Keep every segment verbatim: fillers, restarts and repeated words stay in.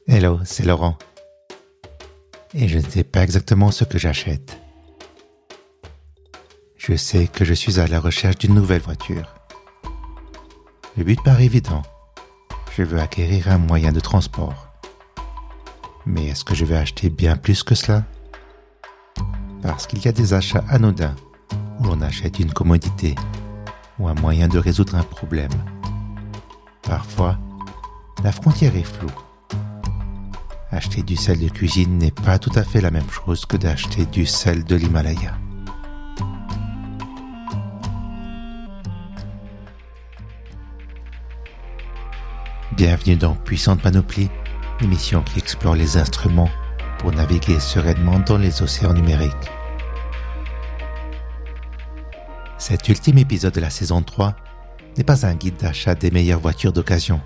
Hello, c'est Laurent. Et je ne sais pas exactement ce que j'achète. Je sais que je suis à la recherche d'une nouvelle voiture. Le but paraît évident. Je veux acquérir un moyen de transport. Mais est-ce que je vais acheter bien plus que cela ? Parce qu'il y a des achats anodins où l'on achète une commodité ou un moyen de résoudre un problème. Parfois, la frontière est floue. Acheter du sel de cuisine n'est pas tout à fait la même chose que d'acheter du sel de l'Himalaya. Bienvenue dans Puissante Panoplie, l'émission qui explore les instruments pour naviguer sereinement dans les océans numériques. Cet ultime épisode de la saison trois n'est pas un guide d'achat des meilleures voitures d'occasion.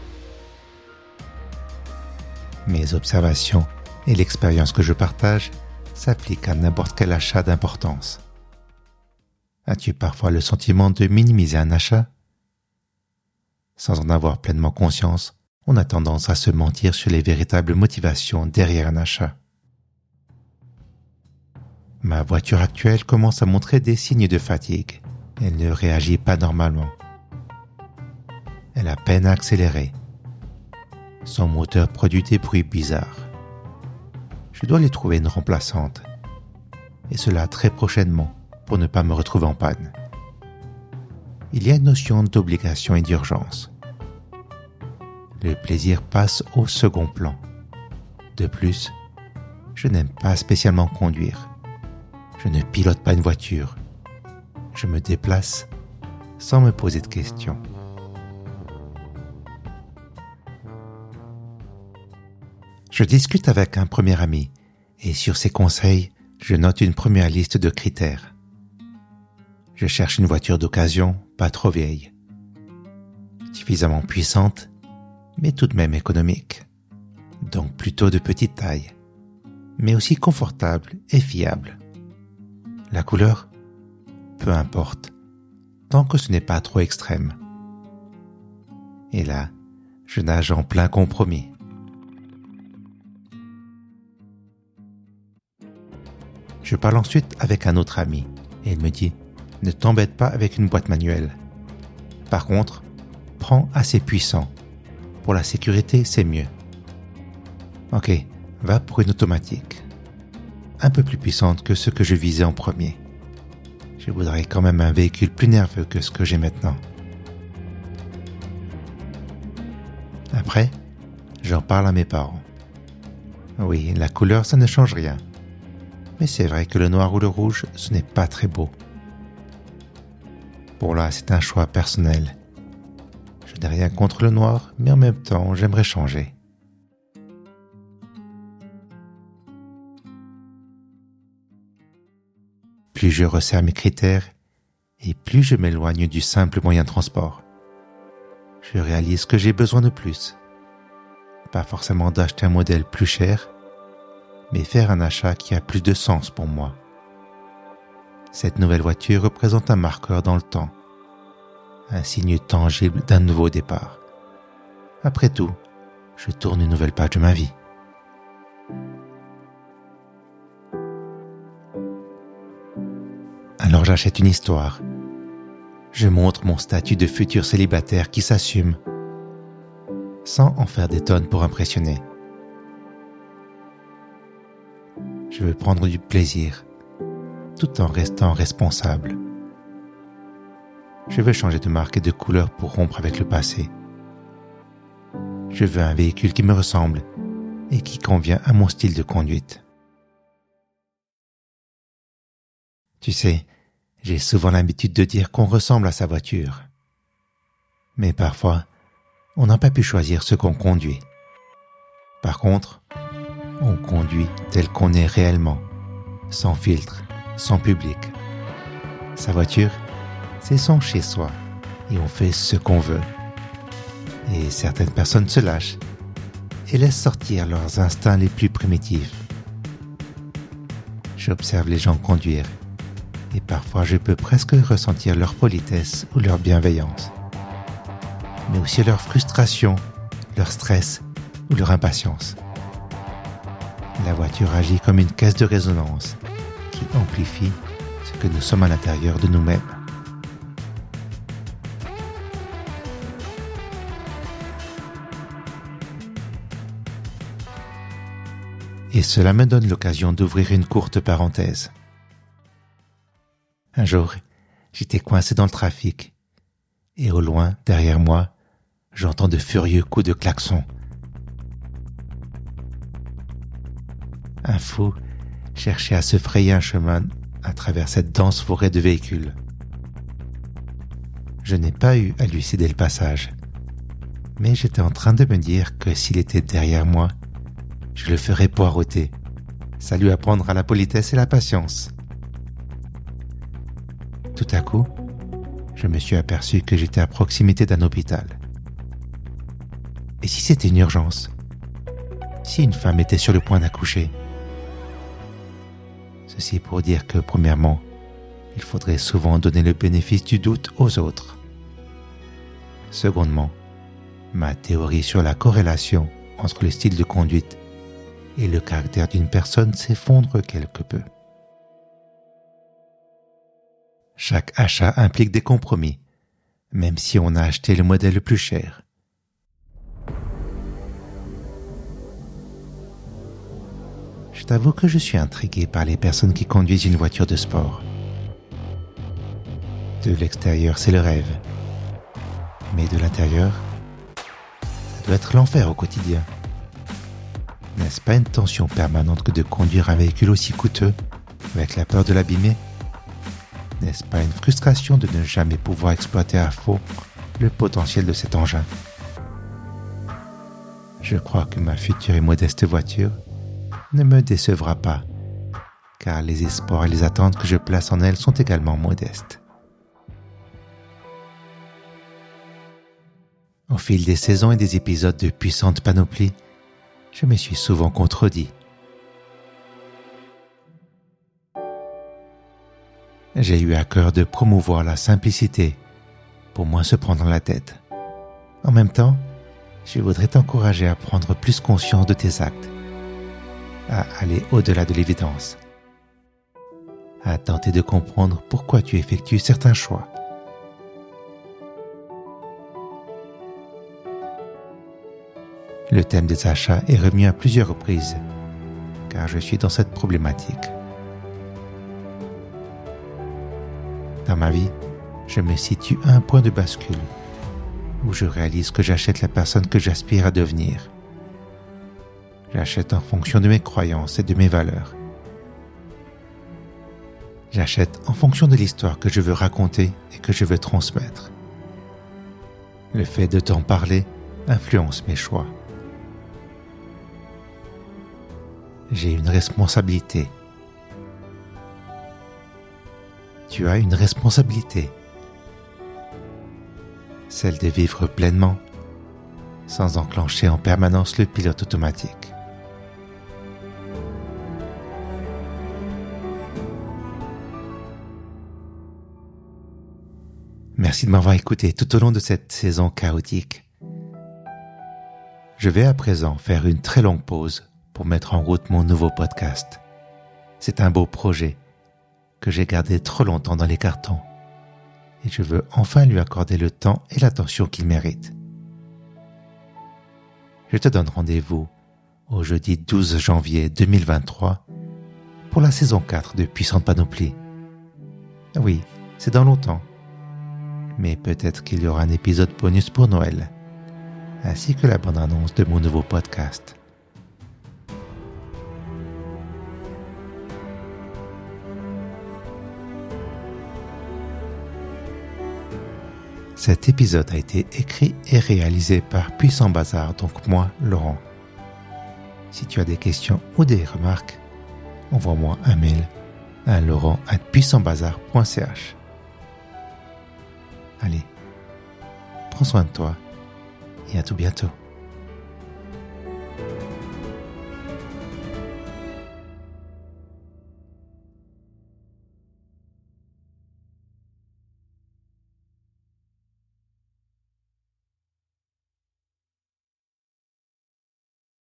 Mes observations et l'expérience que je partage s'appliquent à n'importe quel achat d'importance. As-tu parfois le sentiment de minimiser un achat ? Sans en avoir pleinement conscience, on a tendance à se mentir sur les véritables motivations derrière un achat. Ma voiture actuelle commence à montrer des signes de fatigue. Elle ne réagit pas normalement. Elle a peine à accélérer. Son moteur produit des bruits bizarres. Je dois lui trouver une remplaçante. Et cela très prochainement pour ne pas me retrouver en panne. Il y a une notion d'obligation et d'urgence. Le plaisir passe au second plan. De plus, je n'aime pas spécialement conduire. Je ne pilote pas une voiture. Je me déplace sans me poser de questions. Je discute avec un premier ami et sur ses conseils, je note une première liste de critères. Je cherche une voiture d'occasion, pas trop vieille, suffisamment puissante, mais tout de même économique, donc plutôt de petite taille, mais aussi confortable et fiable. La couleur ? Peu importe, tant que ce n'est pas trop extrême. Et là, je nage en plein compromis. Je parle ensuite avec un autre ami et il me dit « Ne t'embête pas avec une boîte manuelle. Par contre, prends assez puissant. Pour la sécurité, c'est mieux. Ok, va pour une automatique. Un peu plus puissante que ce que je visais en premier. Je voudrais quand même un véhicule plus nerveux que ce que j'ai maintenant. » Après, j'en parle à mes parents. Oui, la couleur, ça ne change rien. Mais c'est vrai que le noir ou le rouge, ce n'est pas très beau. Pour là, c'est un choix personnel. Je n'ai rien contre le noir, mais en même temps, j'aimerais changer. Plus je resserre mes critères, et plus je m'éloigne du simple moyen de transport. Je réalise que j'ai besoin de plus. Pas forcément d'acheter un modèle plus cher, mais faire un achat qui a plus de sens pour moi. Cette nouvelle voiture représente un marqueur dans le temps, un signe tangible d'un nouveau départ. Après tout, je tourne une nouvelle page de ma vie. Alors j'achète une histoire. Je montre mon statut de futur célibataire qui s'assume, sans en faire des tonnes pour impressionner. Je veux prendre du plaisir, tout en restant responsable. Je veux changer de marque et de couleur pour rompre avec le passé. Je veux un véhicule qui me ressemble et qui convient à mon style de conduite. Tu sais, j'ai souvent l'habitude de dire qu'on ressemble à sa voiture. Mais parfois, on n'a pas pu choisir ce qu'on conduit. Par contre, on conduit tel qu'on est réellement, sans filtre, sans public. Sa voiture, c'est son chez-soi et on fait ce qu'on veut. Et certaines personnes se lâchent et laissent sortir leurs instincts les plus primitifs. J'observe les gens conduire et parfois je peux presque ressentir leur politesse ou leur bienveillance, mais aussi leur frustration, leur stress ou leur impatience. La voiture agit comme une caisse de résonance qui amplifie ce que nous sommes à l'intérieur de nous-mêmes. Et cela me donne l'occasion d'ouvrir une courte parenthèse. Un jour, j'étais coincé dans le trafic, et au loin, derrière moi, j'entends de furieux coups de klaxon. Un fou cherchait à se frayer un chemin à travers cette dense forêt de véhicules. Je n'ai pas eu à lui céder le passage, mais j'étais en train de me dire que s'il était derrière moi, je le ferais poireauter. Ça lui apprendra la politesse et la patience. Tout à coup, je me suis aperçu que j'étais à proximité d'un hôpital. Et si c'était une urgence? Si une femme était sur le point d'accoucher? Ceci pour dire que, premièrement, il faudrait souvent donner le bénéfice du doute aux autres. Secondement, ma théorie sur la corrélation entre le style de conduite et le caractère d'une personne s'effondre quelque peu. Chaque achat implique des compromis, même si on a acheté le modèle le plus cher. Je t'avoue que je suis intrigué par les personnes qui conduisent une voiture de sport. De l'extérieur, c'est le rêve. Mais de l'intérieur, ça doit être l'enfer au quotidien. N'est-ce pas une tension permanente que de conduire un véhicule aussi coûteux, avec la peur de l'abîmer? N'est-ce pas une frustration de ne jamais pouvoir exploiter à fond le potentiel de cet engin? Je crois que ma future et modeste voiture ne me décevra pas, car les espoirs et les attentes que je place en elle sont également modestes. Au fil des saisons et des épisodes de Puissante Panoplie, je me suis souvent contredit. J'ai eu à cœur de promouvoir la simplicité pour moins se prendre la tête. En même temps, je voudrais t'encourager à prendre plus conscience de tes actes, à aller au-delà de l'évidence, à tenter de comprendre pourquoi tu effectues certains choix. Le thème des achats est revenu à plusieurs reprises, car je suis dans cette problématique. Dans ma vie, je me situe à un point de bascule, où je réalise que j'achète la personne que j'aspire à devenir. J'achète en fonction de mes croyances et de mes valeurs. J'achète en fonction de l'histoire que je veux raconter et que je veux transmettre. Le fait de t'en parler influence mes choix. J'ai une responsabilité. Tu as une responsabilité. Celle de vivre pleinement, sans enclencher en permanence le pilote automatique. Merci de m'avoir écouté tout au long de cette saison chaotique. Je vais à présent faire une très longue pause pour mettre en route mon nouveau podcast. C'est un beau projet que j'ai gardé trop longtemps dans les cartons et je veux enfin lui accorder le temps et l'attention qu'il mérite. Je te donne rendez-vous au jeudi douze janvier deux mille vingt-trois pour la saison quatre de Puissante Panoplie. Oui, c'est dans longtemps, mais peut-être qu'il y aura un épisode bonus pour Noël, ainsi que la bande-annonce de mon nouveau podcast. Cet épisode a été écrit et réalisé par Puissant Bazar, donc moi, Laurent. Si tu as des questions ou des remarques, envoie-moi un mail à laurent arobase puissant bazar point c h. Allez, prends soin de toi et à tout bientôt.